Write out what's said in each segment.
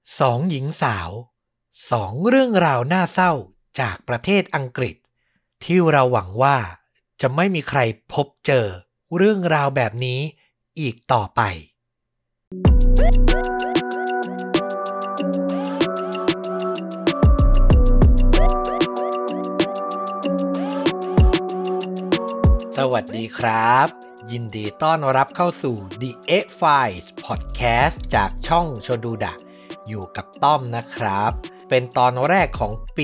สองหญิงสาวสองเรื่องราวน่าเศร้าจากประเทศอังกฤษที่เราหวังว่าจะไม่มีใครพบเจอเรื่องราวแบบนี้อีกต่อไปสวัสดีครับยินดีต้อนรับเข้าสู่ The X-Files Podcast จากช่องโชดูดะอยู่กับต้อมนะครับเป็นตอนแรกของปี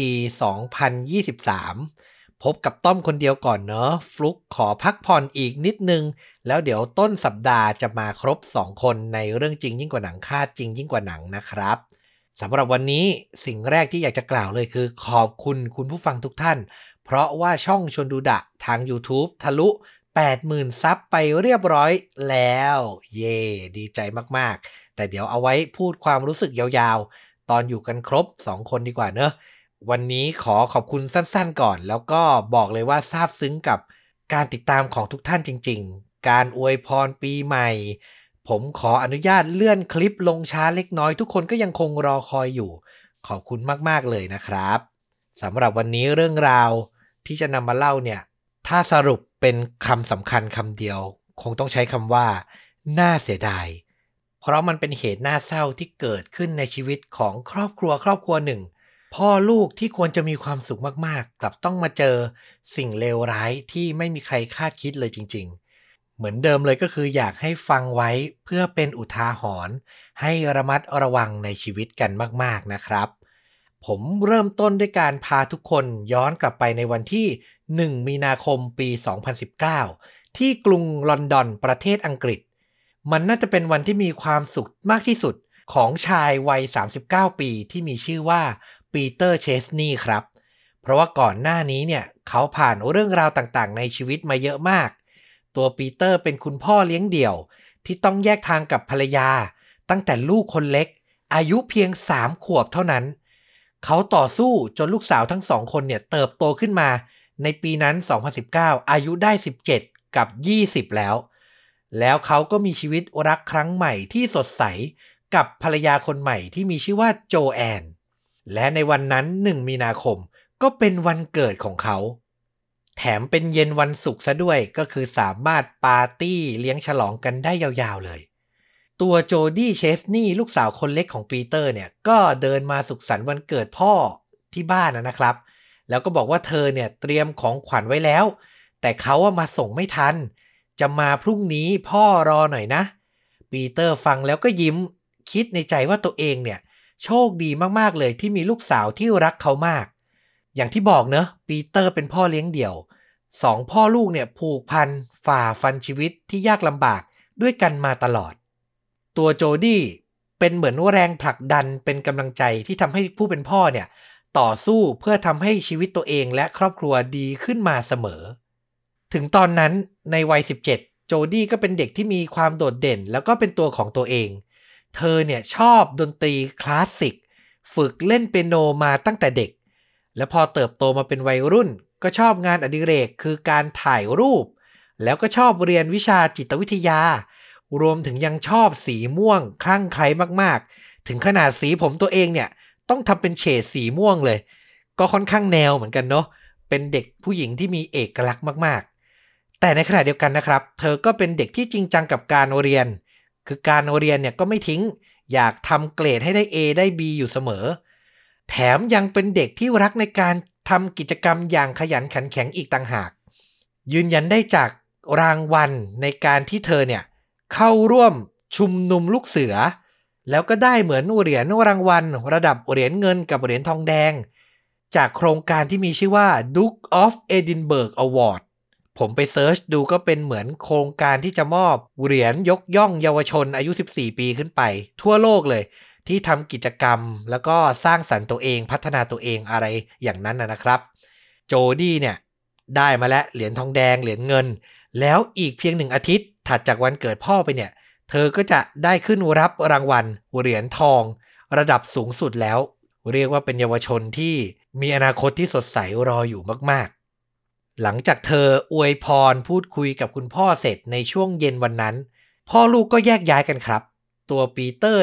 2023 พบกับต้อมคนเดียวก่อนเนอะฟลุกขอพักผ่อนอีกนิดนึงแล้วเดี๋ยวต้นสัปดาห์จะมาครบ2คนในเรื่องจริงยิ่งกว่าหนังคาดจริงยิ่งกว่าหนังนะครับสำหรับวันนี้สิ่งแรกที่อยากจะกล่าวเลยคือขอบคุณคุณผู้ฟังทุกท่านเพราะว่าช่องชวนดูดะทาง YouTube ทะลุ 80,000 ซับไปเรียบร้อยแล้วเย่ดีใจมากๆแต่เดี๋ยวเอาไว้พูดความรู้สึกยาวๆตอนอยู่กันครบ2คนดีกว่าเนอะวันนี้ขอขอบคุณสั้นๆก่อนแล้วก็บอกเลยว่าซาบซึ้งกับการติดตามของทุกท่านจริงๆการอวยพรปีใหม่ผมขออนุญาตเลื่อนคลิปลงช้าเล็กน้อยทุกคนก็ยังคงรอคอยอยู่ขอบคุณมากๆเลยนะครับสำหรับวันนี้เรื่องราวที่จะนำมาเล่าเนี่ยถ้าสรุปเป็นคำสำคัญคำเดียวคงต้องใช้คำว่าน่าเสียดายเพราะมันเป็นเหตุน่าเศร้าที่เกิดขึ้นในชีวิตของครอบครัวหนึ่งพ่อลูกที่ควรจะมีความสุขมากๆกลับต้องมาเจอสิ่งเลวร้ายที่ไม่มีใครคาดคิดเลยจริงๆเหมือนเดิมเลยก็คืออยากให้ฟังไว้เพื่อเป็นอุทาหรณ์ให้ระมัดระวังในชีวิตกันมากๆนะครับผมเริ่มต้นด้วยการพาทุกคนย้อนกลับไปในวันที่1 มีนาคมปี 2019 ที่กรุงลอนดอนประเทศอังกฤษมันน่าจะเป็นวันที่มีความสุขมากที่สุดของชายวัย39 ปีที่มีชื่อว่าปีเตอร์เชสนีย์ครับเพราะว่าก่อนหน้านี้เนี่ยเขาผ่านเรื่องราวต่างๆในชีวิตมาเยอะมากตัวปีเตอร์เป็นคุณพ่อเลี้ยงเดี่ยวที่ต้องแยกทางกับภรรยาตั้งแต่ลูกคนเล็กอายุเพียง3 ขวบเท่านั้นเขาต่อสู้จนลูกสาวทั้ง2 คนเนี่ยเติบโตขึ้นมาในปีนั้น 2019 อายุได้17กับ20แล้วเขาก็มีชีวิตรักครั้งใหม่ที่สดใสกับภรรยาคนใหม่ที่มีชื่อว่าโจแอนและในวันนั้น1 มีนาคมก็เป็นวันเกิดของเขาแถมเป็นเย็นวันศุกร์ซะด้วยก็คือสามารถปาร์ตี้เลี้ยงฉลองกันได้ยาวๆเลยตัวโจดี้เชสนีย์ลูกสาวคนเล็กของปีเตอร์เนี่ยก็เดินมาสุขสันต์วันเกิดพ่อที่บ้านนะครับแล้วก็บอกว่าเธอเนี่ยเตรียมของขวัญไว้แล้วแต่เขามาส่งไม่ทันจะมาพรุ่งนี้พ่อรอหน่อยนะปีเตอร์ฟังแล้วก็ยิ้มคิดในใจว่าตัวเองเนี่ยโชคดีมากๆเลยที่มีลูกสาวที่รักเขามากอย่างที่บอกเนอะปีเตอร์เป็นพ่อเลี้ยงเดี่ยว2 พ่อลูกเนี่ยผูกพันฝ่าฟันชีวิตที่ยากลำบากด้วยกันมาตลอดตัวโจดี้เป็นเหมือนแรงผลักดันเป็นกำลังใจที่ทำให้ผู้เป็นพ่อเนี่ยต่อสู้เพื่อทำให้ชีวิตตัวเองและครอบครัวดีขึ้นมาเสมอถึงตอนนั้นในวัย17โจดี้ก็เป็นเด็กที่มีความโดดเด่นแล้วก็เป็นตัวของตัวเองเธอเนี่ยชอบดนตรีคลาสสิกฝึกเล่นเปียโนมาตั้งแต่เด็กและพอเติบโตมาเป็นวัยรุ่นก็ชอบงานอดิเรกคือการถ่ายรูปแล้วก็ชอบเรียนวิชาจิตวิทยารวมถึงยังชอบสีม่วงคลั่งไคล้มากๆถึงขนาดสีผมตัวเองเนี่ยต้องทำเป็นเฉดสีม่วงเลยก็ค่อนข้างแนวเหมือนกันเนาะเป็นเด็กผู้หญิงที่มีเอกลักษณ์มากๆแต่ในขณะเดียวกันนะครับเธอก็เป็นเด็กที่จริงจังกับการเรียนคือการเรียนเนี่ยก็ไม่ทิ้งอยากทำเกรดให้ได้ A ได้ B อยู่เสมอแถมยังเป็นเด็กที่รักในการทำกิจกรรมอย่างขยันขันแข็งอีกต่างหากยืนยันได้จากรางวัลในการที่เธอเนี่ยเข้าร่วมชุมนุมลูกเสือแล้วก็ได้เหมือนเหรียญรางวัลระดับเหรียญเงินกับเหรียญทองแดงจากโครงการที่มีชื่อว่า Duke of Edinburgh Award ผมไปเซิร์ชดูก็เป็นเหมือนโครงการที่จะมอบเหรียญยกย่องเยาวชนอายุ14 ปีขึ้นไปทั่วโลกเลยที่ทำกิจกรรมแล้วก็สร้างสรรค์ตัวเองพัฒนาตัวเองอะไรอย่างนั้นนะครับโจดี้เนี่ยได้มาแล้วเหรียญทองแดงเหรียญเงินแล้วอีกเพียง1 อาทิตย์ถัดจากวันเกิดพ่อไปเนี่ยเธอก็จะได้ขึ้นรับรางวัลเหรียญทองระดับสูงสุดแล้วเรียกว่าเป็นเยาวชนที่มีอนาคตที่สดใสรออยู่มากๆหลังจากเธออวยพรพูดคุยกับคุณพ่อเสร็จในช่วงเย็นวันนั้นพ่อลูกก็แยกย้ายกันครับตัวปีเตอร์เนี่ย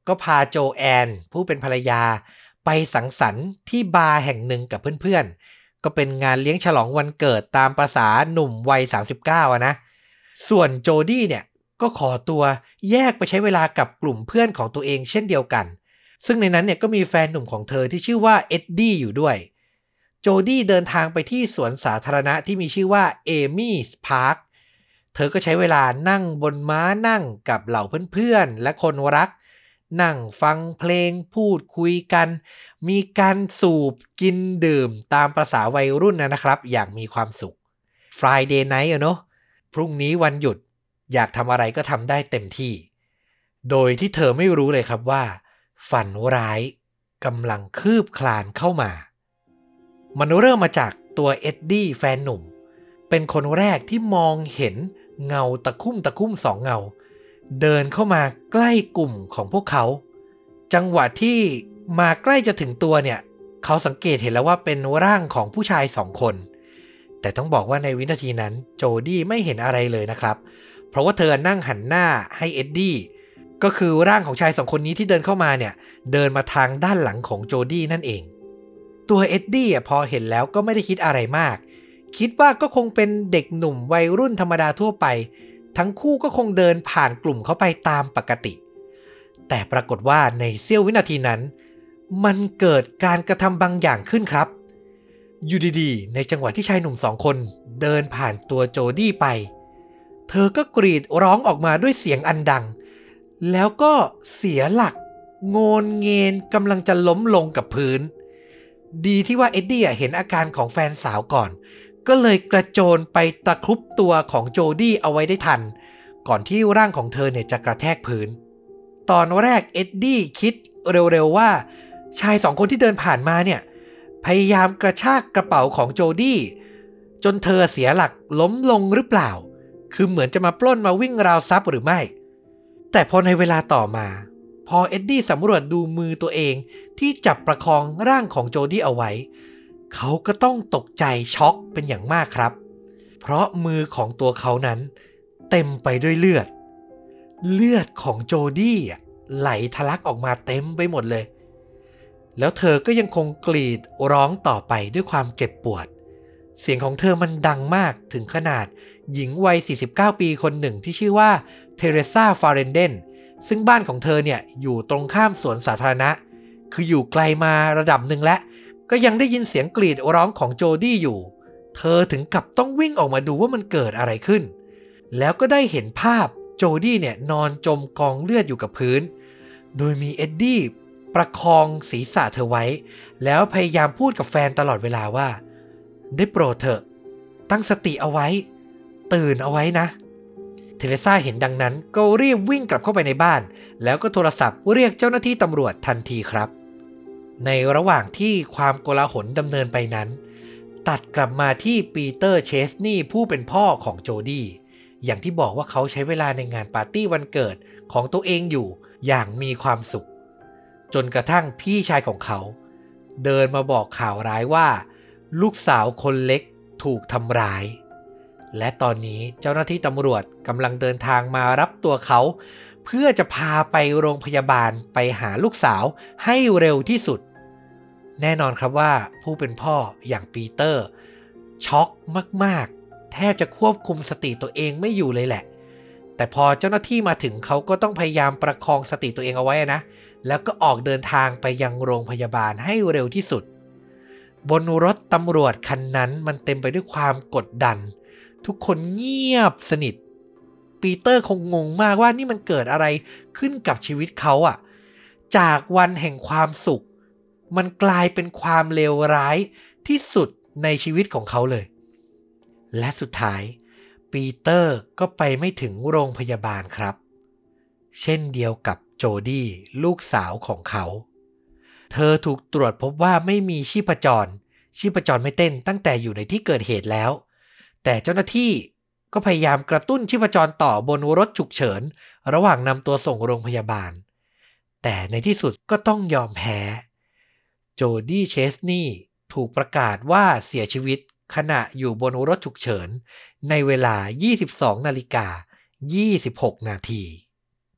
ก็พาโจแอนผู้เป็นภรรยาไปสังสรรค์ที่บาร์แห่งหนึ่งกับเพื่อนๆก็เป็นงานเลี้ยงฉลองวันเกิดตามประสาหนุ่มวัย39อะนะส่วนโจดี้เนี่ยก็ขอตัวแยกไปใช้เวลากับกลุ่มเพื่อนของตัวเองเช่นเดียวกันซึ่งในนั้นเนี่ยก็มีแฟนหนุ่มของเธอที่ชื่อว่าเอ็ดดี้อยู่ด้วยโจดี้เดินทางไปที่สวนสาธารณะที่มีชื่อว่าเอมี่ส์พาร์คเธอก็ใช้เวลานั่งบนม้านั่งกับเหล่าเพื่อนๆและคนรักนั่งฟังเพลงพูดคุยกันมีการสูบกินดื่มตามประสาวัยรุ่นนะครับอย่างมีความสุข Friday night เนอะพรุ่งนี้วันหยุดอยากทำอะไรก็ทำได้เต็มที่โดยที่เธอไม่รู้เลยครับว่าฝันร้ายกำลังคืบคลานเข้ามามันเริ่มมาจากตัวเอ็ดดี้แฟนหนุ่มเป็นคนแรกที่มองเห็นเงาตะคุ่มสองเงาเดินเข้ามาใกล้กลุ่มของพวกเขาจังหวะที่มาใกล้จะถึงตัวเนี่ยเขาสังเกตเห็นแล้วว่าเป็นร่างของผู้ชาย2 คนแต่ต้องบอกว่าในวินาทีนั้นโจดี้ไม่เห็นอะไรเลยนะครับเพราะว่าเธอนั่งหันหน้าให้เอ็ดดี้ก็คือร่างของชาย2 คนนี้ที่เดินเข้ามาเนี่ยเดินมาทางด้านหลังของโจดี้นั่นเองตัวเอ็ดดี้พอเห็นแล้วก็ไม่ได้คิดอะไรมากคิดว่าก็คงเป็นเด็กหนุ่มวัยรุ่นธรรมดาทั่วไปทั้งคู่ก็คงเดินผ่านกลุ่มเขาไปตามปกติแต่ปรากฏว่าในเสี้ยววินาทีนั้นมันเกิดการกระทำบางอย่างขึ้นครับอยู่ดีๆในจังหวะที่ชายหนุ่ม2 คนเดินผ่านตัวโจดี้ไปเธอก็กรีดร้องออกมาด้วยเสียงอันดังแล้วก็เสียหลักโงนเงนกำลังจะล้มลงกับพื้นดีที่ว่าเอ็ดดี้เห็นอาการของแฟนสาวก่อนก็เลยกระโจนไปตะครุบตัวของโจดี้เอาไว้ได้ทันก่อนที่ร่างของเธอเนี่ยจะกระแทกพื้นตอนแรกเอ็ดดี้คิดเร็วๆว่าชาย2 คนที่เดินผ่านมาเนี่ยพยายามกระชากกระเป๋าของโจดี้จนเธอเสียหลักล้มลงหรือเปล่าคือเหมือนจะมาปล้นมาวิ่งราวทรัพย์หรือไม่แต่พอในเวลาต่อมาพอเอ็ดดี้สำรวจดูมือตัวเองที่จับประคองร่างของโจดี้เอาไว้เขาก็ต้องตกใจช็อกเป็นอย่างมากครับเพราะมือของตัวเขานั้นเต็มไปด้วยเลือดของโจดี้ไหลทะลักออกมาเต็มไปหมดเลยแล้วเธอก็ยังคงกรีดร้องต่อไปด้วยความเจ็บปวดเสียงของเธอมันดังมากถึงขนาดหญิงวัย49 ปีคนหนึ่งที่ชื่อว่าเทเรซาฟาเรนเดนซึ่งบ้านของเธอเนี่ยอยู่ตรงข้ามสวนสาธารณะคืออยู่ไกลมาระดับหนึ่งแล้วก็ยังได้ยินเสียงกรีดร้องของโจดี้อยู่เธอถึงกับต้องวิ่งออกมาดูว่ามันเกิดอะไรขึ้นแล้วก็ได้เห็นภาพโจดี้เนี่ยนอนจมกองเลือดอยู่กับพื้นโดยมีเอ็ดดี้ประคองศีรษะเธอไว้แล้วพยายามพูดกับแฟนตลอดเวลาว่าได้โปรดเถอะตั้งสติเอาไว้ตื่นเอาไว้นะเทเรซาเห็นดังนั้นก็รีบวิ่งกลับเข้าไปในบ้านแล้วก็โทรศัพท์เรียกเจ้าหน้าที่ตำรวจทันทีครับในระหว่างที่ความโกลาหลดำเนินไปนั้นตัดกลับมาที่ปีเตอร์เชสนีย์ผู้เป็นพ่อของโจดี้อย่างที่บอกว่าเขาใช้เวลาในงานปาร์ตี้วันเกิดของตัวเองอยู่อย่างมีความสุขจนกระทั่งพี่ชายของเขาเดินมาบอกข่าวร้ายว่าลูกสาวคนเล็กถูกทำร้ายและตอนนี้เจ้าหน้าที่ตำรวจกำลังเดินทางมารับตัวเขาเพื่อจะพาไปโรงพยาบาลไปหาลูกสาวให้เร็วที่สุดแน่นอนครับว่าผู้เป็นพ่ออย่างปีเตอร์ช็อกมากๆแทบจะควบคุมสติตัวเองไม่อยู่เลยแหละแต่พอเจ้าหน้าที่มาถึงเขาก็ต้องพยายามประคองสติตัวเองเอาไว้นะแล้วก็ออกเดินทางไปยังโรงพยาบาลให้เร็วที่สุดบนรถตำรวจคันนั้นมันเต็มไปด้วยความกดดันทุกคนเงียบสนิทปีเตอร์คงงงมากว่านี่มันเกิดอะไรขึ้นกับชีวิตเขาอ่ะจากวันแห่งความสุขมันกลายเป็นความเลวร้ายที่สุดในชีวิตของเขาเลยและสุดท้ายปีเตอร์ก็ไปไม่ถึงโรงพยาบาลครับเช่นเดียวกับโจดี้ลูกสาวของเขาเธอถูกตรวจพบว่าไม่มีชีพจรไม่เต้นตั้งแต่อยู่ในที่เกิดเหตุแล้วแต่เจ้าหน้าที่ก็พยายามกระตุ้นชีพจรต่อบนรถฉุกเฉินระหว่างนำตัวส่งโรงพยาบาลแต่ในที่สุดก็ต้องยอมแพ้โจดี้เชสนีย์ถูกประกาศว่าเสียชีวิตขณะอยู่บนรถฉุกเฉินในเวลา 22:26 นาที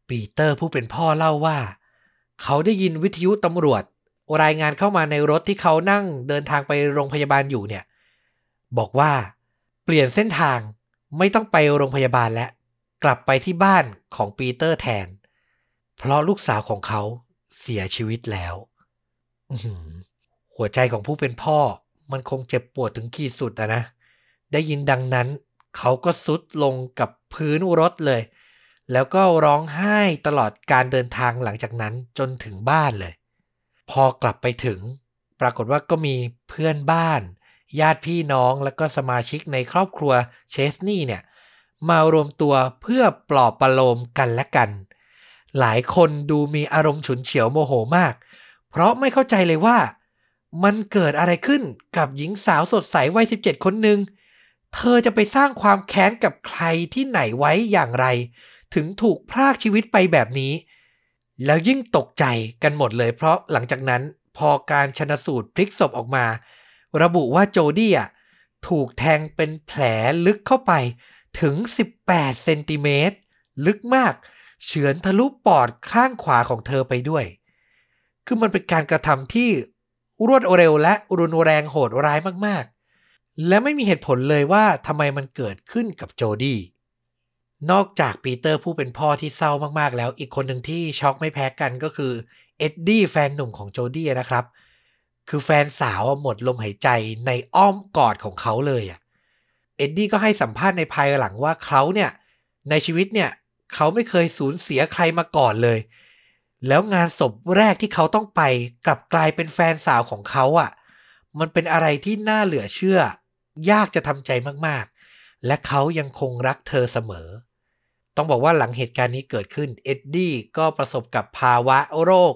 ปีเตอร์ผู้เป็นพ่อเล่าว่าเขาได้ยินวิทยุตำรวจรายงานเข้ามาในรถที่เขานั่งเดินทางไปโรงพยาบาลอยู่เนี่ยบอกว่าเปลี่ยนเส้นทางไม่ต้องไปโรงพยาบาลแล้วกลับไปที่บ้านของปีเตอร์แทนเพราะลูกสาวของเขาเสียชีวิตแล้วอื้อหือหัวใจของผู้เป็นพ่อมันคงเจ็บปวดถึงขีดสุดอะนะได้ยินดังนั้นเขาก็ทรุดลงกับพื้นรถเลยแล้วก็ร้องไห้ตลอดการเดินทางหลังจากนั้นจนถึงบ้านเลยพอกลับไปถึงปรากฏว่าก็มีเพื่อนบ้านญาติพี่น้องแล้วก็สมาชิกในครอบครัวเชสนีย์เนี่ยมารวมตัวเพื่อปลอบประโลมกันและกันหลายคนดูมีอารมณ์ฉุนเฉียวโมโหมากเพราะไม่เข้าใจเลยว่ามันเกิดอะไรขึ้นกับหญิงสาวสดใสวัย17คนหนึ่งเธอจะไปสร้างความแค้นกับใครที่ไหนไว้อย่างไรถึงถูกพรากชีวิตไปแบบนี้แล้วยิ่งตกใจกันหมดเลยเพราะหลังจากนั้นพอการชันสูตรพลิกศพออกมาระบุว่าโจดี้ถูกแทงเป็นแผลลึกเข้าไปถึง18เซนติเมตรลึกมากเฉือนทะลุปอดข้างขวาของเธอไปด้วยคือมันเป็นการกระทำที่รวดเร็วและรุนแรงโหดร้ายมากๆและไม่มีเหตุผลเลยว่าทำไมมันเกิดขึ้นกับโจดี้นอกจากปีเตอร์ผู้เป็นพ่อที่เศร้ามากๆแล้วอีกคนหนึ่งที่ช็อกไม่แพ้กันก็คือเอ็ดดี้แฟนหนุ่มของโจดี้นะครับคือแฟนสาวหมดลมหายใจในอ้อมกอดของเขาเลยเอ็ดดี้ก็ให้สัมภาษณ์ในภายหลังว่าเขาเนี่ยในชีวิตเนี่ยเขาไม่เคยสูญเสียใครมาก่อนเลยแล้วงานศพแรกที่เขาต้องไปกลับกลายเป็นแฟนสาวของเขามันเป็นอะไรที่น่าเหลือเชื่อยากจะทำใจมากๆและเขายังคงรักเธอเสมอต้องบอกว่าหลังเหตุการณ์นี้เกิดขึ้นเอ็ดดี้ก็ประสบกับภาวะโรค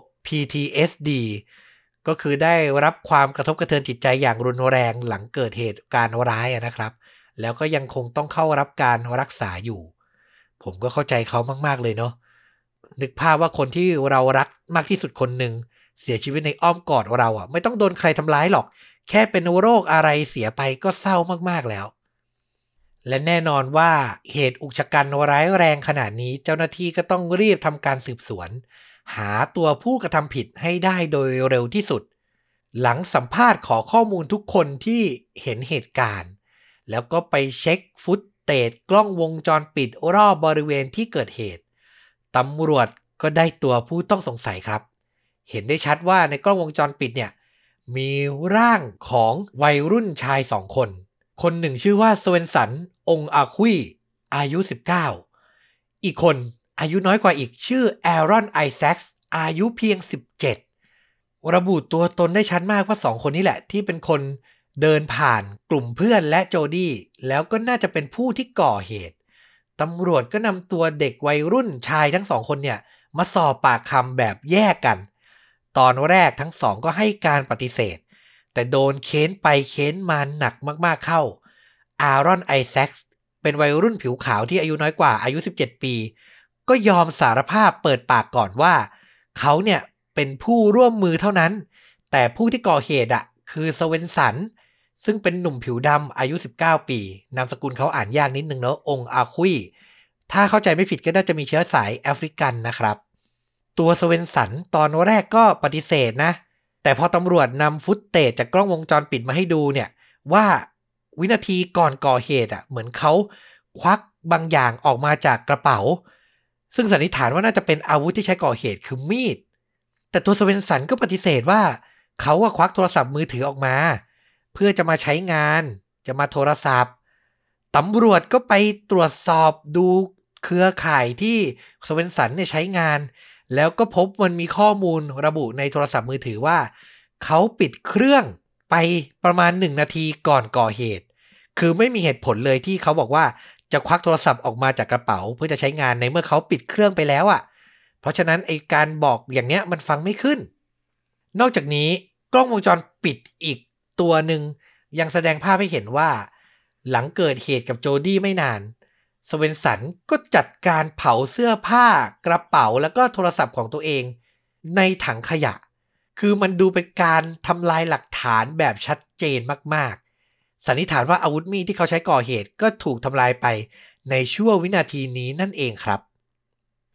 PTSD ก็คือได้รับความกระทบกระเทือนจิตใจอย่างรุนแรงหลังเกิดเหตุการณ์ร้ายนะครับแล้วก็ยังคงต้องเข้ารับการรักษาอยู่ผมก็เข้าใจเขามากๆเลยเนาะนึกภาพว่าคนที่เรารักมากที่สุดคนหนึ่งเสียชีวิตในอ้อมกอดเราไม่ต้องโดนใครทำร้ายหรอกแค่เป็นโรคอะไรเสียไปก็เศร้ามากๆแล้วและแน่นอนว่าเหตุอุกชะกันร้ายแรงขนาดนี้เจ้าหน้าที่ก็ต้องรีบทำการสืบสวนหาตัวผู้กระทำผิดให้ได้โดยเร็วที่สุดหลังสัมภาษณ์ขอข้อมูลทุกคนที่เห็นเหตุการณ์แล้วก็ไปเช็คฟุตเตจกล้องวงจรปิดรอบบริเวณที่เกิดเหตุตำรวจก็ได้ตัวผู้ต้องสงสัยครับเห็นได้ชัดว่าในกล้องวงจรปิดเนี่ยมีร่างของวัยรุ่นชาย2คนคนหนึ่งชื่อว่าสเวนสันองอาคุยอายุ19อีกคนอายุน้อยกว่าอีกชื่อแอรอนไอแซคส์อายุเพียง17ระบุตัวตนได้ชัดมากว่า2คนนี้แหละที่เป็นคนเดินผ่านกลุ่มเพื่อนและโจดี้แล้วก็น่าจะเป็นผู้ที่ก่อเหตุตำรวจก็นำตัวเด็กวัยรุ่นชายทั้ง2คนเนี่ยมาสอบปากคำแบบแยกกันตอนแรกทั้ง2ก็ให้การปฏิเสธแต่โดนเค้นไปเค้นมาหนักมากๆเข้าอารอนไอแซคส์เป็นวัยรุ่นผิวขาวที่อายุน้อยกว่าอายุ17ปีก็ยอมสารภาพเปิดปากก่อนว่าเขาเนี่ยเป็นผู้ร่วมมือเท่านั้นแต่ผู้ที่ก่อเหตุคือสเวนสันซึ่งเป็นหนุ่มผิวดำอายุ19ปีนามสกุลเขาอ่านยากนิดนึงเนาะองอาคุยถ้าเข้าใจไม่ผิดก็น่าจะมีเชื้อสายแอฟริกันนะครับตัวสเวนสันตอนแรกก็ปฏิเสธนะแต่พอตำรวจนำฟุตเตจจากกล้องวงจรปิดมาให้ดูเนี่ยว่าวินาทีก่อนก่อเหตุเหมือนเขาควักบางอย่างออกมาจากกระเป๋าซึ่งสันนิษฐานว่าน่าจะเป็นอาวุธที่ใช้ก่อเหตุคือมีดแต่ตัวสเวนสันก็ปฏิเสธว่าเขาควักโทรศัพท์มือถือออกมาเพื่อจะมาใช้งานจะมาโทรศัพท์ตำรวจก็ไปตรวจสอบดูเครือข่ายที่สเวนสันเนี่ยใช้งานแล้วก็พบมันมีข้อมูลระบุในโทรศัพท์มือถือว่าเขาปิดเครื่องไปประมาณ1นาทีก่อนก่อเหตุคือไม่มีเหตุผลเลยที่เขาบอกว่าจะควักโทรศัพท์ออกมาจากกระเป๋าเพื่อจะใช้งานในเมื่อเขาปิดเครื่องไปแล้วเพราะฉะนั้นไอ้การบอกอย่างเนี้ยมันฟังไม่ขึ้นนอกจากนี้กล้องวงจรปิดอีกตัวหนึ่งยังแสดงภาพให้เห็นว่าหลังเกิดเหตุกับโจดี้ไม่นานสเวนสันก็จัดการเผาเสื้อผ้ากระเป๋าแล้วก็โทรศัพท์ของตัวเองในถังขยะคือมันดูเป็นการทำลายหลักฐานแบบชัดเจนมากๆสันนิษฐานว่าอาวุธมีดที่เขาใช้ก่อเหตุก็ถูกทำลายไปในชั่ววินาทีนี้นั่นเองครับ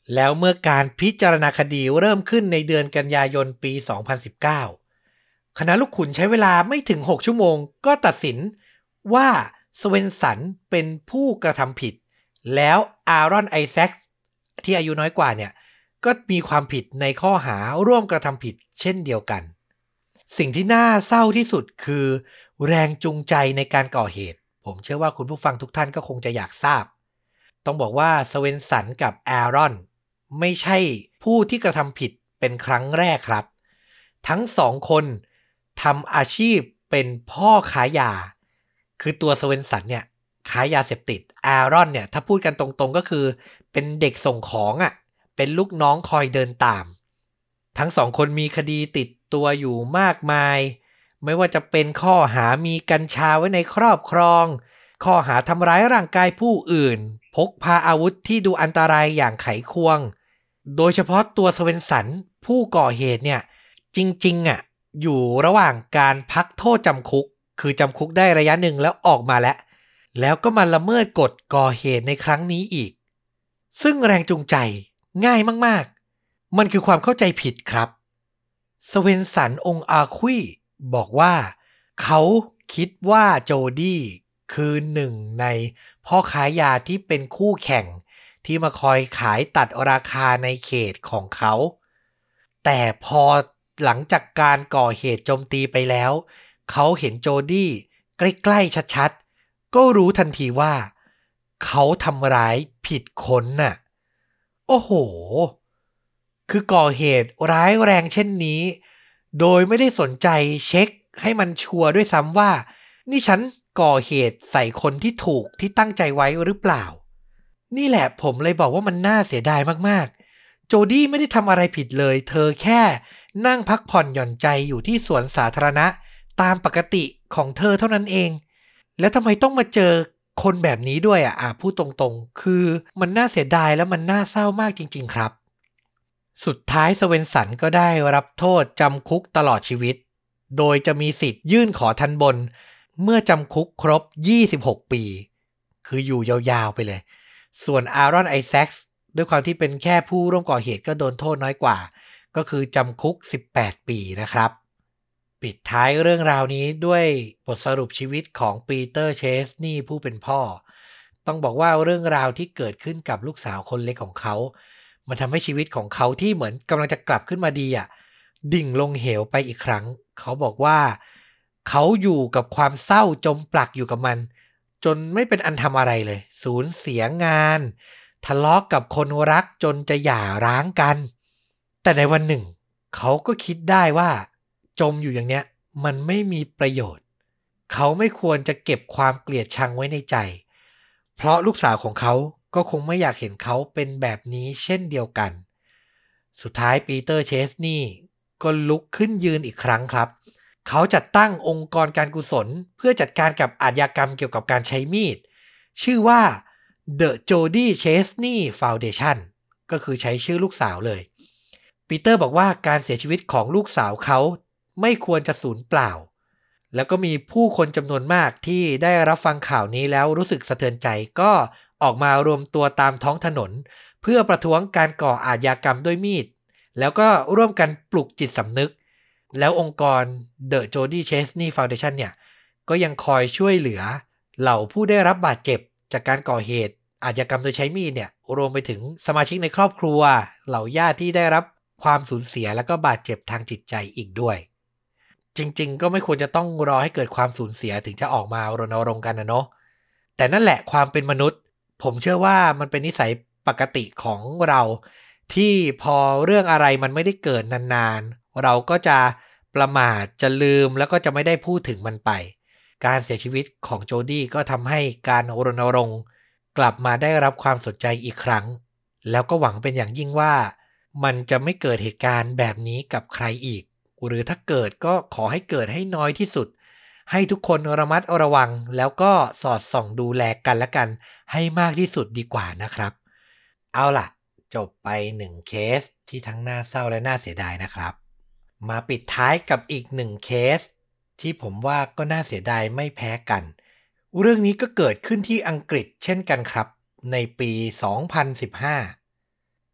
แล้วเมื่อการพิจารณาคดีเริ่มขึ้นในเดือนกันยายนปี 2019 คณะลูกขุนใช้เวลาไม่ถึง 6 ชั่วโมงก็ตัดสินว่าสเวนสันเป็นผู้กระทำผิดแล้วอารอนไอแซคที่อายุน้อยกว่าเนี่ยก็มีความผิดในข้อหาร่วมกระทำผิดเช่นเดียวกันสิ่งที่น่าเศร้าที่สุดคือแรงจูงใจในการก่อเหตุผมเชื่อว่าคุณผู้ฟังทุกท่านก็คงจะอยากทราบต้องบอกว่าสเวนสันกับอารอนไม่ใช่ผู้ที่กระทำผิดเป็นครั้งแรกครับทั้งสองคนทำอาชีพเป็นพ่อค้ายาคือตัวสเวนสันเนี่ยค้ายาเสพติดอารอนเนี่ยถ้าพูดกันตรงๆก็คือเป็นเด็กส่งของอ่ะเป็นลูกน้องคอยเดินตามทั้งสองคนมีคดีติดตัวอยู่มากมายไม่ว่าจะเป็นข้อหามีกัญชาไว้ในครอบครองข้อหาทำร้ายร่างกายผู้อื่นพกพาอาวุธที่ดูอันตรายอย่างไขควงโดยเฉพาะตัวสเวนสันผู้ก่อเหตุเนี่ยจริงๆอ่ะอยู่ระหว่างการพักโทษจำคุกคือจำคุกได้ระยะหนึ่งแล้วออกมาแล้วก็มาละเมิดกฎก่อเหตุในครั้งนี้อีกซึ่งแรงจูงใจง่ายมากๆมันคือความเข้าใจผิดครับสเวนสันองค์อาควีบอกว่าเขาคิดว่าโจดี้คือหนึ่งในพ่อค้ายาที่เป็นคู่แข่งที่มาคอยขายตัดราคาในเขตของเขาแต่พอหลังจากการก่อเหตุโจมตีไปแล้วเขาเห็นโจดี้ใกล้ๆชัดๆก็รู้ทันทีว่าเขาทำร้ายผิดคนน่ะโอ้โหคือก่อเหตุร้ายแรงเช่นนี้โดยไม่ได้สนใจเช็คให้มันชัวร์ด้วยซ้ำว่านี่ฉันก่อเหตุใส่คนที่ถูกที่ตั้งใจไว้หรือเปล่านี่แหละผมเลยบอกว่ามันน่าเสียดายมากๆโจดี้ไม่ได้ทำอะไรผิดเลยเธอแค่นั่งพักผ่อนหย่อนใจอยู่ที่สวนสาธารณะตามปกติของเธอเท่านั้นเองแล้วทำไมต้องมาเจอคนแบบนี้ด้วยพูดตรงๆคือมันน่าเสียดายแล้วมันน่าเศร้ามากจริงๆครับสุดท้ายสเวนสันก็ได้รับโทษจำคุกตลอดชีวิตโดยจะมีสิทธิ์ยื่นขอทันบนเมื่อจำคุกครบ26 ปีคืออยู่ยาวๆไปเลยส่วนอารอนไอแซคด้วยความที่เป็นแค่ผู้ร่วมก่อเหตุก็โดนโทษน้อยกว่าก็คือจำคุก18 ปีนะครับปิดท้ายเรื่องราวนี้ด้วยบทสรุปชีวิตของปีเตอร์เชสนีย์ผู้เป็นพ่อต้องบอกว่าเรื่องราวที่เกิดขึ้นกับลูกสาวคนเล็กของเขามันทำให้ชีวิตของเขาที่เหมือนกำลังจะกลับขึ้นมาดีดิ่งลงเหวไปอีกครั้งเขาบอกว่าเขาอยู่กับความเศร้าจมปลักอยู่กับมันจนไม่เป็นอันทำอะไรเลยสูญเสียงานทะเลาะกับคนรักจนจะหย่าร้างกันแต่ในวันหนึ่งเขาก็คิดได้ว่าจมอยู่อย่างเนี้ยมันไม่มีประโยชน์เขาไม่ควรจะเก็บความเกลียดชังไว้ในใจเพราะลูกสาวของเขาก็คงไม่อยากเห็นเขาเป็นแบบนี้เช่นเดียวกัน สุดท้ายปีเตอร์เชสนีย์ก็ลุกขึ้นยืนอีกครั้งครับ เขาจัดตั้งองค์กรการกุศลเพื่อจัดการกับอาชญากรรมเกี่ยวกับการใช้มีด ชื่อว่า The Jody Chesney Foundation ก็คือใช้ชื่อลูกสาวเลย ปีเตอร์บอกว่าการเสียชีวิตของลูกสาวเขาไม่ควรจะสูญเปล่า แล้วก็มีผู้คนจำนวนมากที่ได้รับฟังข่าวนี้แล้วรู้สึกสะเทือนใจก็ออกมารวมตัวตามท้องถนนเพื่อประท้วงการก่ออาชญากรรมด้วยมีดแล้วก็ร่วมกันปลุกจิตสำนึกแล้วองค์กร The Jody Chesney Foundation เนี่ยก็ยังคอยช่วยเหลือเหล่าผู้ได้รับบาดเจ็บจากการก่อเหตุอาชญากรรมโดยใช้มีดเนี่ยรวมไปถึงสมาชิกในครอบครัวเหล่าญาติที่ได้รับความสูญเสียแล้วก็บาดเจ็บทางจิตใจอีกด้วย จริงๆก็ไม่ควรจะต้องรอให้เกิดความสูญเสียถึงจะออกมารณรงค์กันนะเนาะแต่นั่นแหละความเป็นมนุษย์ผมเชื่อว่ามันเป็นนิสัยปกติของเราที่พอเรื่องอะไรมันไม่ได้เกิดนานๆเราก็จะประมาทจะลืมแล้วก็จะไม่ได้พูดถึงมันไปการเสียชีวิตของโจดี้ก็ทำให้การรณรงค์กลับมาได้รับความสนใจอีกครั้งแล้วก็หวังเป็นอย่างยิ่งว่ามันจะไม่เกิดเหตุการณ์แบบนี้กับใครอีก หรือถ้าเกิดก็ขอให้เกิดให้น้อยที่สุดให้ทุกคนระมัดระวังแล้วก็สอดส่องดูแลกันและกันให้มากที่สุดดีกว่านะครับเอาล่ะจบไป1เคสที่ทั้งน่าเศร้าและน่าเสียดายนะครับมาปิดท้ายกับอีก1เคสที่ผมว่าก็น่าเสียดายไม่แพ้กันเรื่องนี้ก็เกิดขึ้นที่อังกฤษเช่นกันครับในปี 2015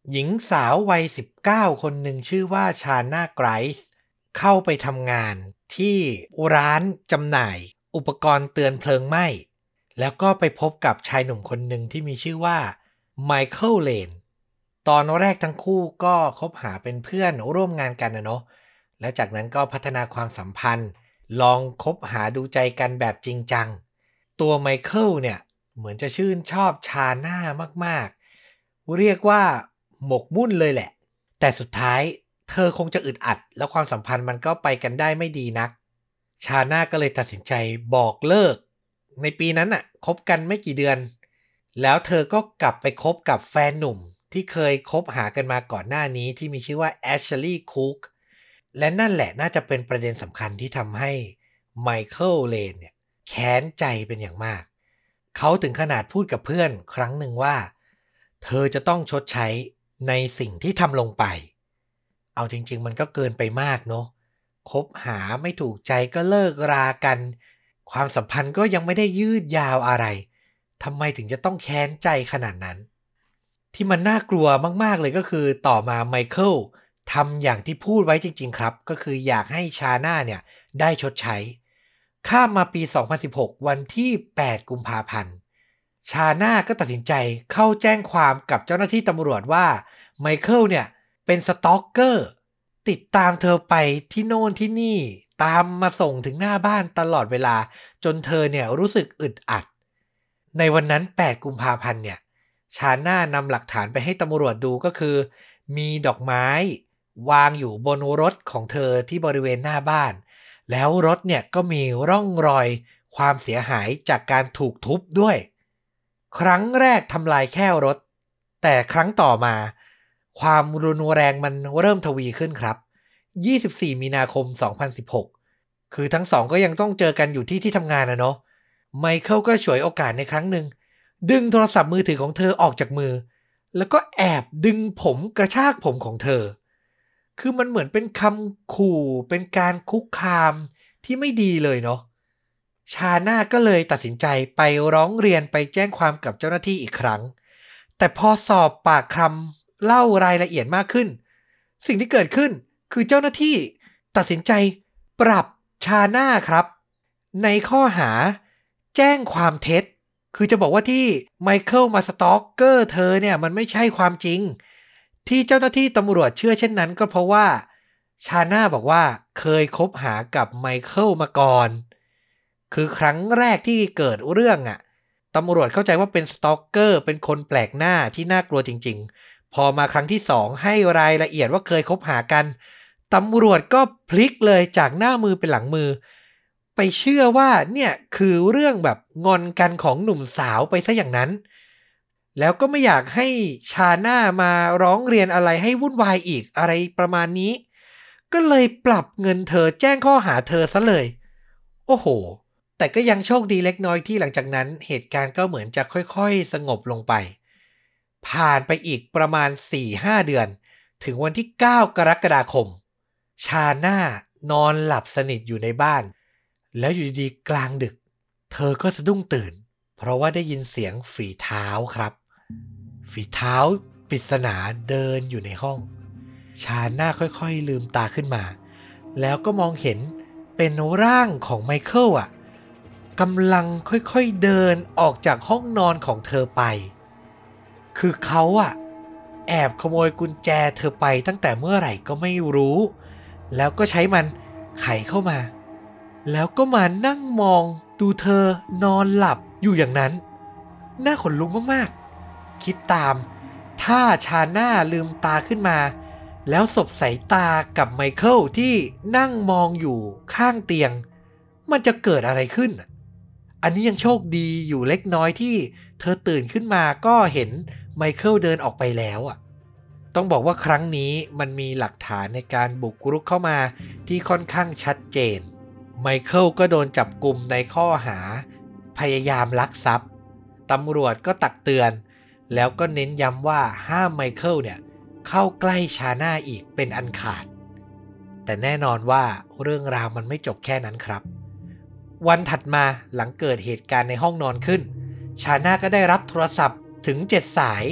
หญิงสาววัย19คนหนึ่งชื่อว่าชาน่าไกรส์เข้าไปทำงานที่ร้านจำหน่ายอุปกรณ์เตือนเพลิงไหม้แล้วก็ไปพบกับชายหนุ่มคนหนึ่งที่มีชื่อว่าไมเคิลเลนตอนแรกทั้งคู่ก็คบหาเป็นเพื่อนร่วมงานกันนะเนาะแล้วจากนั้นก็พัฒนาความสัมพันธ์ลองคบหาดูใจกันแบบจริงจังตัวไมเคิลเนี่ยเหมือนจะชื่นชอบชาน่ามากๆเรียกว่าหมกมุ่นเลยแหละแต่สุดท้ายเธอคงจะอึดอัดแล้วความสัมพันธ์มันก็ไปกันได้ไม่ดีนักชาน่าก็เลยตัดสินใจบอกเลิกในปีนั้นน่ะคบกันไม่กี่เดือนแล้วเธอก็กลับไปคบกับแฟนหนุ่มที่เคยคบหากันมาก่อนหน้านี้ที่มีชื่อว่าแอชลีย์คุกและนั่นแหละน่าจะเป็นประเด็นสำคัญที่ทำให้ไมเคิลเลนเนี่ยแค้นใจเป็นอย่างมากเขาถึงขนาดพูดกับเพื่อนครั้งหนึ่งว่าเธอจะต้องชดใช้ในสิ่งที่ทำลงไปเอาจริงๆมันก็เกินไปมากเนาะคบหาไม่ถูกใจก็เลิกรากันความสัมพันธ์ก็ยังไม่ได้ยืดยาวอะไรทำไมถึงจะต้องแค้นใจขนาดนั้นที่มันน่ากลัวมากๆเลยก็คือต่อมาไมเคิลทำอย่างที่พูดไว้จริงๆครับก็คืออยากให้ชาน่าเนี่ยได้ชดใช้ข้ามมาปี2016วันที่8กุมภาพันธ์ชาน่าก็ตัดสินใจเข้าแจ้งความกับเจ้าหน้าที่ตำรวจว่าไมเคิลเนี่ยเป็นสตอกเกอร์ติดตามเธอไปที่โน่นที่นี่ตามมาส่งถึงหน้าบ้านตลอดเวลาจนเธอเนี่ยรู้สึกอึดอัดในวันนั้น8กุมภาพันธ์เนี่ยชาน่านำหลักฐานไปให้ตำรวจดูก็คือมีดอกไม้วางอยู่บนรถของเธอที่บริเวณหน้าบ้านแล้วรถเนี่ยก็มีร่องรอยความเสียหายจากการถูกทุบด้วยครั้งแรกทำลายแค่รถแต่ครั้งต่อมาความรุนแรงมันเริ่มทวีขึ้นครับ24มีนาคม2016คือทั้งสองก็ยังต้องเจอกันอยู่ที่ที่ทำงานนะเนาะไมเคิลก็ฉวยโอกาสในครั้งหนึ่งดึงโทรศัพท์มือถือของเธอออกจากมือแล้วก็แอบดึงผมกระชากผมของเธอคือมันเหมือนเป็นคำขู่เป็นการคุกคามที่ไม่ดีเลยเนาะชาน่าก็เลยตัดสินใจไปร้องเรียนไปแจ้งความกับเจ้าหน้าที่อีกครั้งแต่พอสอบปากคำเล่ารายละเอียดมากขึ้นสิ่งที่เกิดขึ้นคือเจ้าหน้าที่ตัดสินใจปรับชาน่าครับในข้อหาแจ้งความเท็จคือจะบอกว่าที่ไมเคิลมาสตอกเกอร์เธอเนี่ยมันไม่ใช่ความจริงที่เจ้าหน้าที่ตำรวจเชื่อเช่นนั้นก็เพราะว่าชาน่าบอกว่าเคยคบหากับไมเคิลมาก่อนคือครั้งแรกที่เกิดเรื่องตำรวจเข้าใจว่าเป็นสตอกเกอร์เป็นคนแปลกหน้าที่น่ากลัวจริงๆพอมาครั้งที่2ให้รายละเอียดว่าเคยคบหากันตำรวจก็พลิกเลยจากหน้ามือเป็นหลังมือไปเชื่อว่าเนี่ยคือเรื่องแบบงอนกันของหนุ่มสาวไปซะอย่างนั้นแล้วก็ไม่อยากให้ชาน่ามาร้องเรียนอะไรให้วุ่นวายอีกอะไรประมาณนี้ก็เลยปรับเงินเธอแจ้งข้อหาเธอซะเลยโอ้โหแต่ก็ยังโชคดีเล็กน้อยที่หลังจากนั้นเหตุการณ์ก็เหมือนจะค่อยๆสงบลงไปผ่านไปอีกประมาณ 4-5 เดือนถึงวันที่9กรกฎาคมชาน่านอนหลับสนิทอยู่ในบ้านแล้วอยู่ดีๆกลางดึกเธอก็สะดุ้งตื่นเพราะว่าได้ยินเสียงฝีเท้าครับฝีเท้าปริศนาเดินอยู่ในห้องชาน่าค่อยๆลืมตาขึ้นมาแล้วก็มองเห็นเป็นร่างของไมเคิลกำลังค่อยๆเดินออกจากห้องนอนของเธอไปคือเขาแอบขโมยกุญแจเธอไปตั้งแต่เมื่อไหร่ก็ไม่รู้แล้วก็ใช้มันไขเข้ามาแล้วก็มานั่งมองดูเธอนอนหลับอยู่อย่างนั้นน่าขนลุกมากๆคิดตามถ้าชาน่าลืมตาขึ้นมาแล้วสบสายตากับไมเคิลที่นั่งมองอยู่ข้างเตียงมันจะเกิดอะไรขึ้นอันนี้ยังโชคดีอยู่เล็กน้อยที่เธอตื่นขึ้นมาก็เห็นไมเคิลเดินออกไปแล้วต้องบอกว่าครั้งนี้มันมีหลักฐานในการบุกรุกเข้ามาที่ค่อนข้างชัดเจนไมเคิลก็โดนจับกุมในข้อหาพยายามลักทรัพย์ตำรวจก็ตักเตือนแล้วก็เน้นย้ำว่าห้ามไมเคิลเนี่ยเข้าใกล้ชาน่าอีกเป็นอันขาดแต่แน่นอนว่าเรื่องราวมันไม่จบแค่นั้นครับวันถัดมาหลังเกิดเหตุการณ์ในห้องนอนขึ้นชาน่าก็ได้รับโทรศัพท์ถึง7 สาย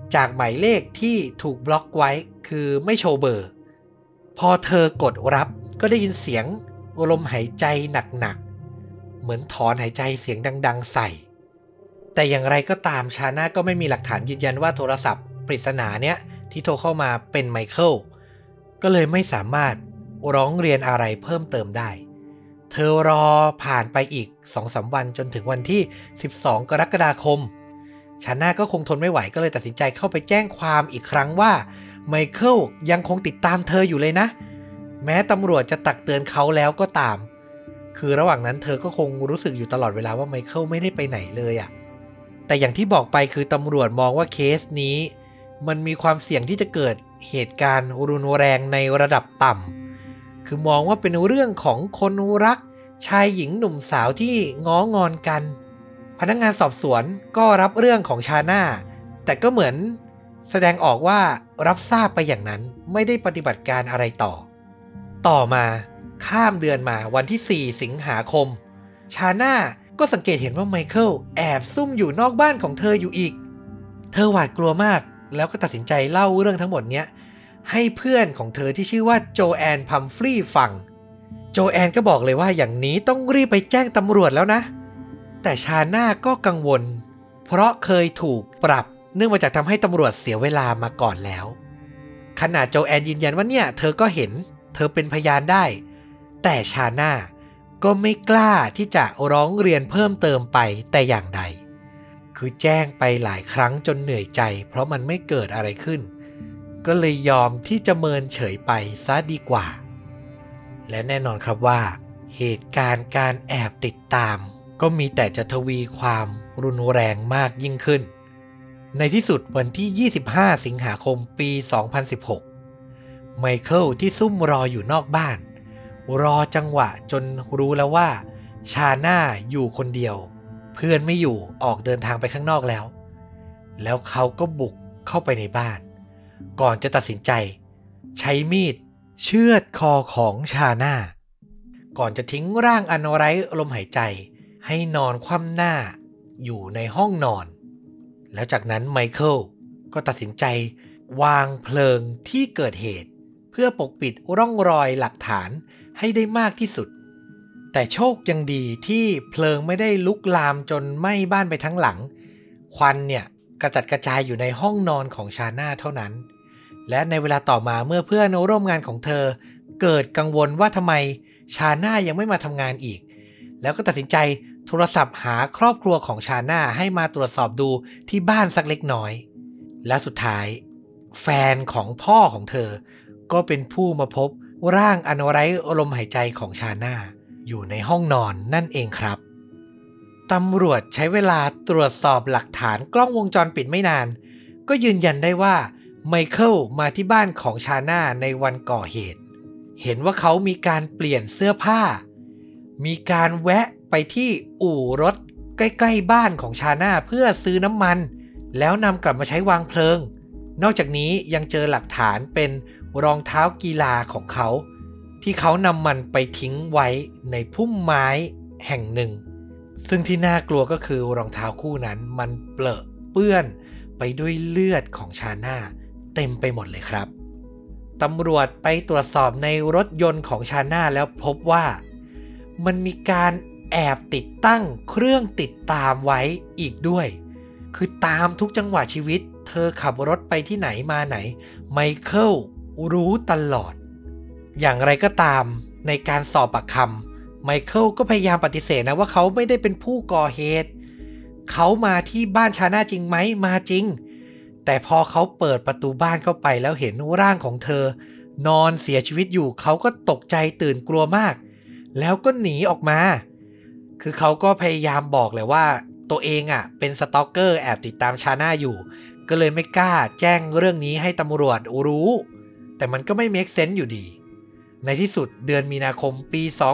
จากหมายเลขที่ถูกบล็อกไว้คือไม่โชว์เบอร์พอเธอกดรับก็ได้ยินเสียงลมหายใจหนักๆเหมือนถอนหายใจเสียงดังๆใส่แต่อย่างไรก็ตามชาน่าก็ไม่มีหลักฐานยืนยันว่าโทรศัพท์ปริศนาเนี้ยที่โทรเข้ามาเป็นไมเคิลก็เลยไม่สามารถร้องเรียนอะไรเพิ่มเติมได้เธอรอผ่านไปอีก 2-3 วันจนถึงวันที่12 กรกฎาคมชาน่าก็คงทนไม่ไหวก็เลยตัดสินใจเข้าไปแจ้งความอีกครั้งว่าไมเคิลยังคงติดตามเธออยู่เลยนะแม้ตำรวจจะตักเตือนเขาแล้วก็ตามคือระหว่างนั้นเธอก็คงรู้สึกอยู่ตลอดเวลาว่าไมเคิลไม่ได้ไปไหนเลยอะแต่อย่างที่บอกไปคือตำรวจมองว่าเคสนี้มันมีความเสี่ยงที่จะเกิดเหตุการณ์รุนแรงในระดับต่ำคือมองว่าเป็นเรื่องของคนรักชายหญิงหนุ่มสาวที่ง้องอนกันพนักงานสอบสวนก็รับเรื่องของชาน่าแต่ก็เหมือนแสดงออกว่ารับทราบไปอย่างนั้นไม่ได้ปฏิบัติการอะไรต่อมาข้ามเดือนมาวันที่4 สิงหาคมชาน่าก็สังเกตเห็นว่าไมเคิลแอบซุ่มอยู่นอกบ้านของเธออยู่อีกเธอหวาดกลัวมากแล้วก็ตัดสินใจเล่าเรื่องทั้งหมดเนี้ยให้เพื่อนของเธอที่ชื่อว่าโจแอนพัมฟรีย์ฟังโจแอนก็บอกเลยว่าอย่างนี้ต้องรีบไปแจ้งตำรวจแล้วนะแต่ชาน่าก็กังวลเพราะเคยถูกปรับเนื่องมาจากทำให้ตำรวจเสียเวลามาก่อนแล้วขณะโจแอนยืนยันว่าเนี่ยเธอก็เห็นเธอเป็นพยานได้แต่ชาน่าก็ไม่กล้าที่จะร้องเรียนเพิ่มเติมไปแต่อย่างใดคือแจ้งไปหลายครั้งจนเหนื่อยใจเพราะมันไม่เกิดอะไรขึ้นก็เลยยอมที่จะเมินเฉยไปซะดีกว่าและแน่นอนครับว่าเหตุการณ์การแอบติดตามก็มีแต่จะทวีความรุนแรงมากยิ่งขึ้นในที่สุดวันที่25 สิงหาคมปี 2016ไมเคิลที่ซุ่มรออยู่นอกบ้านรอจังหวะจนรู้แล้วว่าชาน่าอยู่คนเดียวเพื่อนไม่อยู่ออกเดินทางไปข้างนอกแล้วเขาก็บุกเข้าไปในบ้านก่อนจะตัดสินใจใช้มีดเชือดคอของชาน่าก่อนจะทิ้งร่างอันไร้ลมหายใจให้นอนคว่ำหน้าอยู่ในห้องนอนแล้วจากนั้นไมเคิลก็ตัดสินใจวางเพลิงที่เกิดเหตุเพื่อปกปิดร่องรอยหลักฐานให้ได้มากที่สุดแต่โชคยังดีที่เพลิงไม่ได้ลุกลามจนไหม้บ้านไปทั้งหลังควันเนี่ยกระจัดกระจายอยู่ในห้องนอนของชาน่าเท่านั้นและในเวลาต่อมาเมื่อเพื่อนร่วมงานของเธอเกิดกังวลว่าทำไมชาน่ายังไม่มาทำงานอีกแล้วก็ตัดสินใจโทรศัพท์หาครอบครัวของชาน่าให้มาตรวจสอบดูที่บ้านสักเล็กน้อยและสุดท้ายแฟนของพ่อของเธอก็เป็นผู้มาพบร่างอันไร้ลมหายใจของชาน่าอยู่ในห้องนอนนั่นเองครับตำรวจใช้เวลาตรวจสอบหลักฐานกล้องวงจรปิดไม่นานก็ยืนยันได้ว่าไมเคิลมาที่บ้านของชาน่าในวันก่อเหตุเห็นว่าเขามีการเปลี่ยนเสื้อผ้ามีการแวะไปที่อู่รถใกล้ๆบ้านของชาน่าเพื่อซื้อน้ำมันแล้วนำกลับมาใช้วางเพลิงนอกจากนี้ยังเจอหลักฐานเป็นรองเท้ากีฬาของเขาที่เขานำมันไปทิ้งไว้ในพุ่มไม้แห่งหนึ่งซึ่งที่น่ากลัวก็คือรองเท้าคู่นั้นมันเปรอะเปื้อนไปด้วยเลือดของชาน่าเต็มไปหมดเลยครับตำรวจไปตรวจสอบในรถยนต์ของชาน่าแล้วพบว่ามันมีการแอบติดตั้งเครื่องติดตามไว้อีกด้วยคือตามทุกจังหวะชีวิตเธอขับรถไปที่ไหนมาไหนไมเคิลรู้ตลอดอย่างไรก็ตามในการสอบปากคำไมเคิลก็พยายามปฏิเสธนะว่าเขาไม่ได้เป็นผู้ก่อเหตุเขามาที่บ้านชาน่าจริงไหมมาจริงแต่พอเขาเปิดประตูบ้านเข้าไปแล้วเห็นร่างของเธอนอนเสียชีวิตอยู่เขาก็ตกใจตื่นกลัวมากแล้วก็หนีออกมาคือเขาก็พยายามบอกเลยว่าตัวเองเป็นสตอกเกอร์แอบติดตามชาน่าอยู่ก็เลยไม่กล้าแจ้งเรื่องนี้ให้ตำรวจรู้แต่มันก็ไม่เมคเซนส์อยู่ดีในที่สุดเดือนมีนาคมปี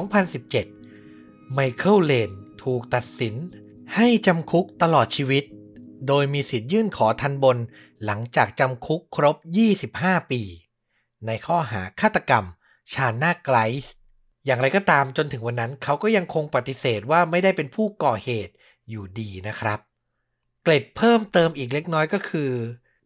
2017ไมเคิลเลนถูกตัดสินให้จำคุกตลอดชีวิตโดยมีสิทธิ์ยื่นขอทันบนหลังจากจำคุกครบ25 ปีในข้อหาฆาตกรรมชาน่าไกลส์อย่างไรก็ตามจนถึงวันนั้นเขาก็ยังคงปฏิเสธว่าไม่ได้เป็นผู้ก่อเหตุอยู่ดีนะครับเกร็ดเพิ่มเติมอีกเล็กน้อยก็คือ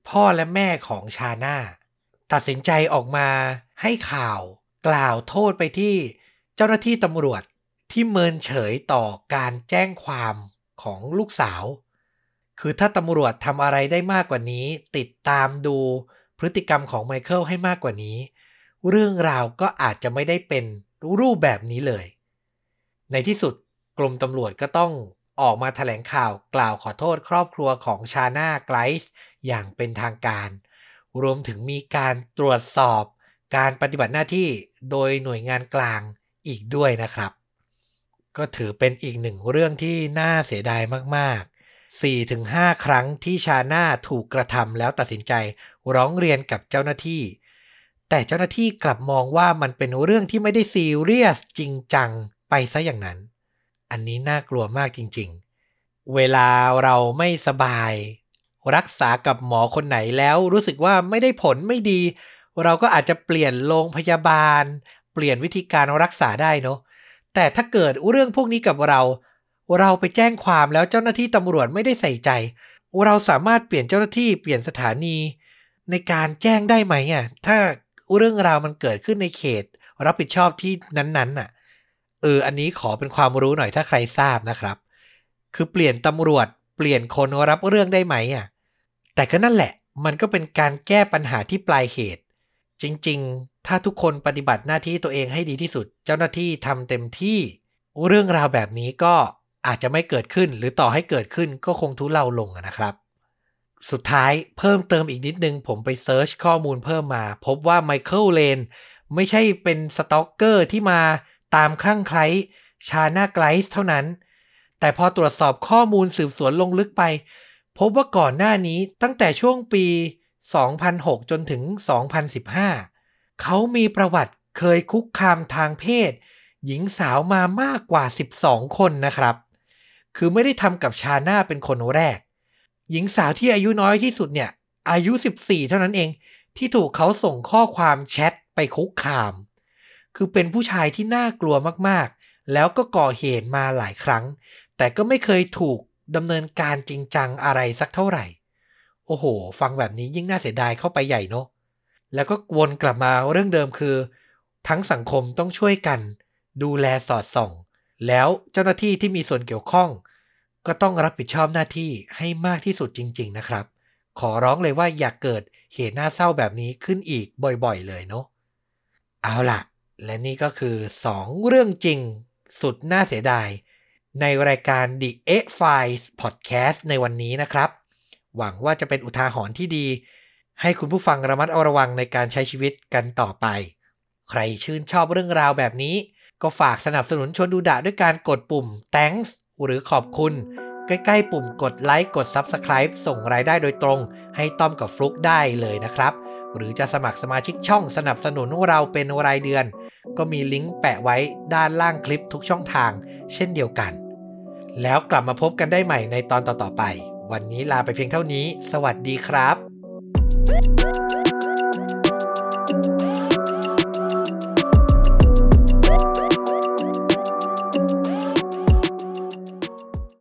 พ่อและแม่ของชาน่าตัดสินใจออกมาให้ข่าวกล่าวโทษไปที่เจ้าหน้าที่ตำรวจที่เมินเฉยต่อการแจ้งความของลูกสาวคือถ้าตำรวจทำอะไรได้มากกว่านี้ติดตามดูพฤติกรรมของไมเคิลให้มากกว่านี้เรื่องราวก็อาจจะไม่ได้เป็นรูปแบบนี้เลยในที่สุดกรมตำรวจก็ต้องออกมาแถลงข่าวกล่าวขอโทษครอบครัวของชาน่าไกลส์อย่างเป็นทางการรวมถึงมีการตรวจสอบการปฏิบัติหน้าที่โดยหน่วยงานกลางอีกด้วยนะครับก็ถือเป็นอีกหนึ่งเรื่องที่น่าเสียดายมากๆ 4-5 ครั้งที่ชาน่าถูกกระทำแล้วตัดสินใจร้องเรียนกับเจ้าหน้าที่แต่เจ้าหน้าที่กลับมองว่ามันเป็นเรื่องที่ไม่ได้ซีเรียสจริงจังไปซะอย่างนั้นอันนี้น่ากลัวมากจริงๆเวลาเราไม่สบายรักษากับหมอคนไหนแล้วรู้สึกว่าไม่ได้ผลไม่ดีเราก็อาจจะเปลี่ยนโรงพยาบาลเปลี่ยนวิธีการรักษาได้เนาะแต่ถ้าเกิดเรื่องพวกนี้กับเราไปแจ้งความแล้วเจ้าหน้าที่ตำรวจไม่ได้ใส่ใจเราสามารถเปลี่ยนเจ้าหน้าที่เปลี่ยนสถานีในการแจ้งได้ไหมอ่ะถ้าเรื่องราวมันเกิดขึ้นในเขตรับผิดชอบที่นั้นๆน่ะอันนี้ขอเป็นความรู้หน่อยถ้าใครทราบนะครับคือเปลี่ยนตำรวจเปลี่ยนคนรับเรื่องได้ไหมอ่ะแต่ก็นั่นแหละมันก็เป็นการแก้ปัญหาที่ปลายเหตุจริงๆถ้าทุกคนปฏิบัติหน้าที่ตัวเองให้ดีที่สุดเจ้าหน้าที่ทำเต็มที่เรื่องราวแบบนี้ก็อาจจะไม่เกิดขึ้นหรือต่อให้เกิดขึ้นก็คงทุเลาลงนะครับสุดท้ายเพิ่มเติมอีกนิดนึงผมไปเซิร์ชข้อมูลเพิ่มมาพบว่าไมเคิลเลนไม่ใช่เป็นสตอกเกอร์ที่มาตามคลั่งไคล้ชาน่าไกลส์เท่านั้นแต่พอตรวจสอบข้อมูลสืบสวนลงลึกไปพบว่าก่อนหน้านี้ตั้งแต่ช่วงปี2006จนถึง2015เขามีประวัติเคยคุกคามทางเพศหญิงสาวมามากกว่า12คนนะครับคือไม่ได้ทำกับชาน่าเป็นคนแรกหญิงสาวที่อายุน้อยที่สุดเนี่ยอายุ14เท่านั้นเองที่ถูกเขาส่งข้อความแชทไปคุกคามคือเป็นผู้ชายที่น่ากลัวมากๆแล้วก็ก่อเหตุมาหลายครั้งแต่ก็ไม่เคยถูกดำเนินการจริงจังอะไรสักเท่าไหร่โอ้โหฟังแบบนี้ยิ่งน่าเสียดายเข้าไปใหญ่เนาะแล้วก็วนกลับมาเรื่องเดิมคือทั้งสังคมต้องช่วยกันดูแลสอดส่องแล้วเจ้าหน้าที่ที่มีส่วนเกี่ยวข้องก็ต้องรับผิดชอบหน้าที่ให้มากที่สุดจริงๆนะครับขอร้องเลยว่าอย่าเกิดเหตุน่าเศร้าแบบนี้ขึ้นอีกบ่อยๆเลยเนาะเอาล่ะและนี่ก็คือ2เรื่องจริงสุดน่าเสียดายในรายการ The X-Files Podcast ในวันนี้นะครับหวังว่าจะเป็นอุทาหรณ์ที่ดีให้คุณผู้ฟังระมัดระวังในการใช้ชีวิตกันต่อไปใครชื่นชอบเรื่องราวแบบนี้ก็ฝากสนับสนุนชวนดูดะด้วยการกดปุ่ม Thanks หรือขอบคุณใกล้ๆปุ่มกดไลค์กด Subscribe ส่งรายได้โดยตรงให้ต้อมกับฟลุกได้เลยนะครับหรือจะสมัครสมาชิกช่องสนับสนุนเราเป็นรายเดือนก็มีลิงก์แปะไว้ด้านล่างคลิปทุกช่องทางเช่นเดียวกันแล้วกลับมาพบกันได้ใหม่ในตอนต่อๆไปวันนี้ลาไปเพียงเท่านี้สวัสดีครับ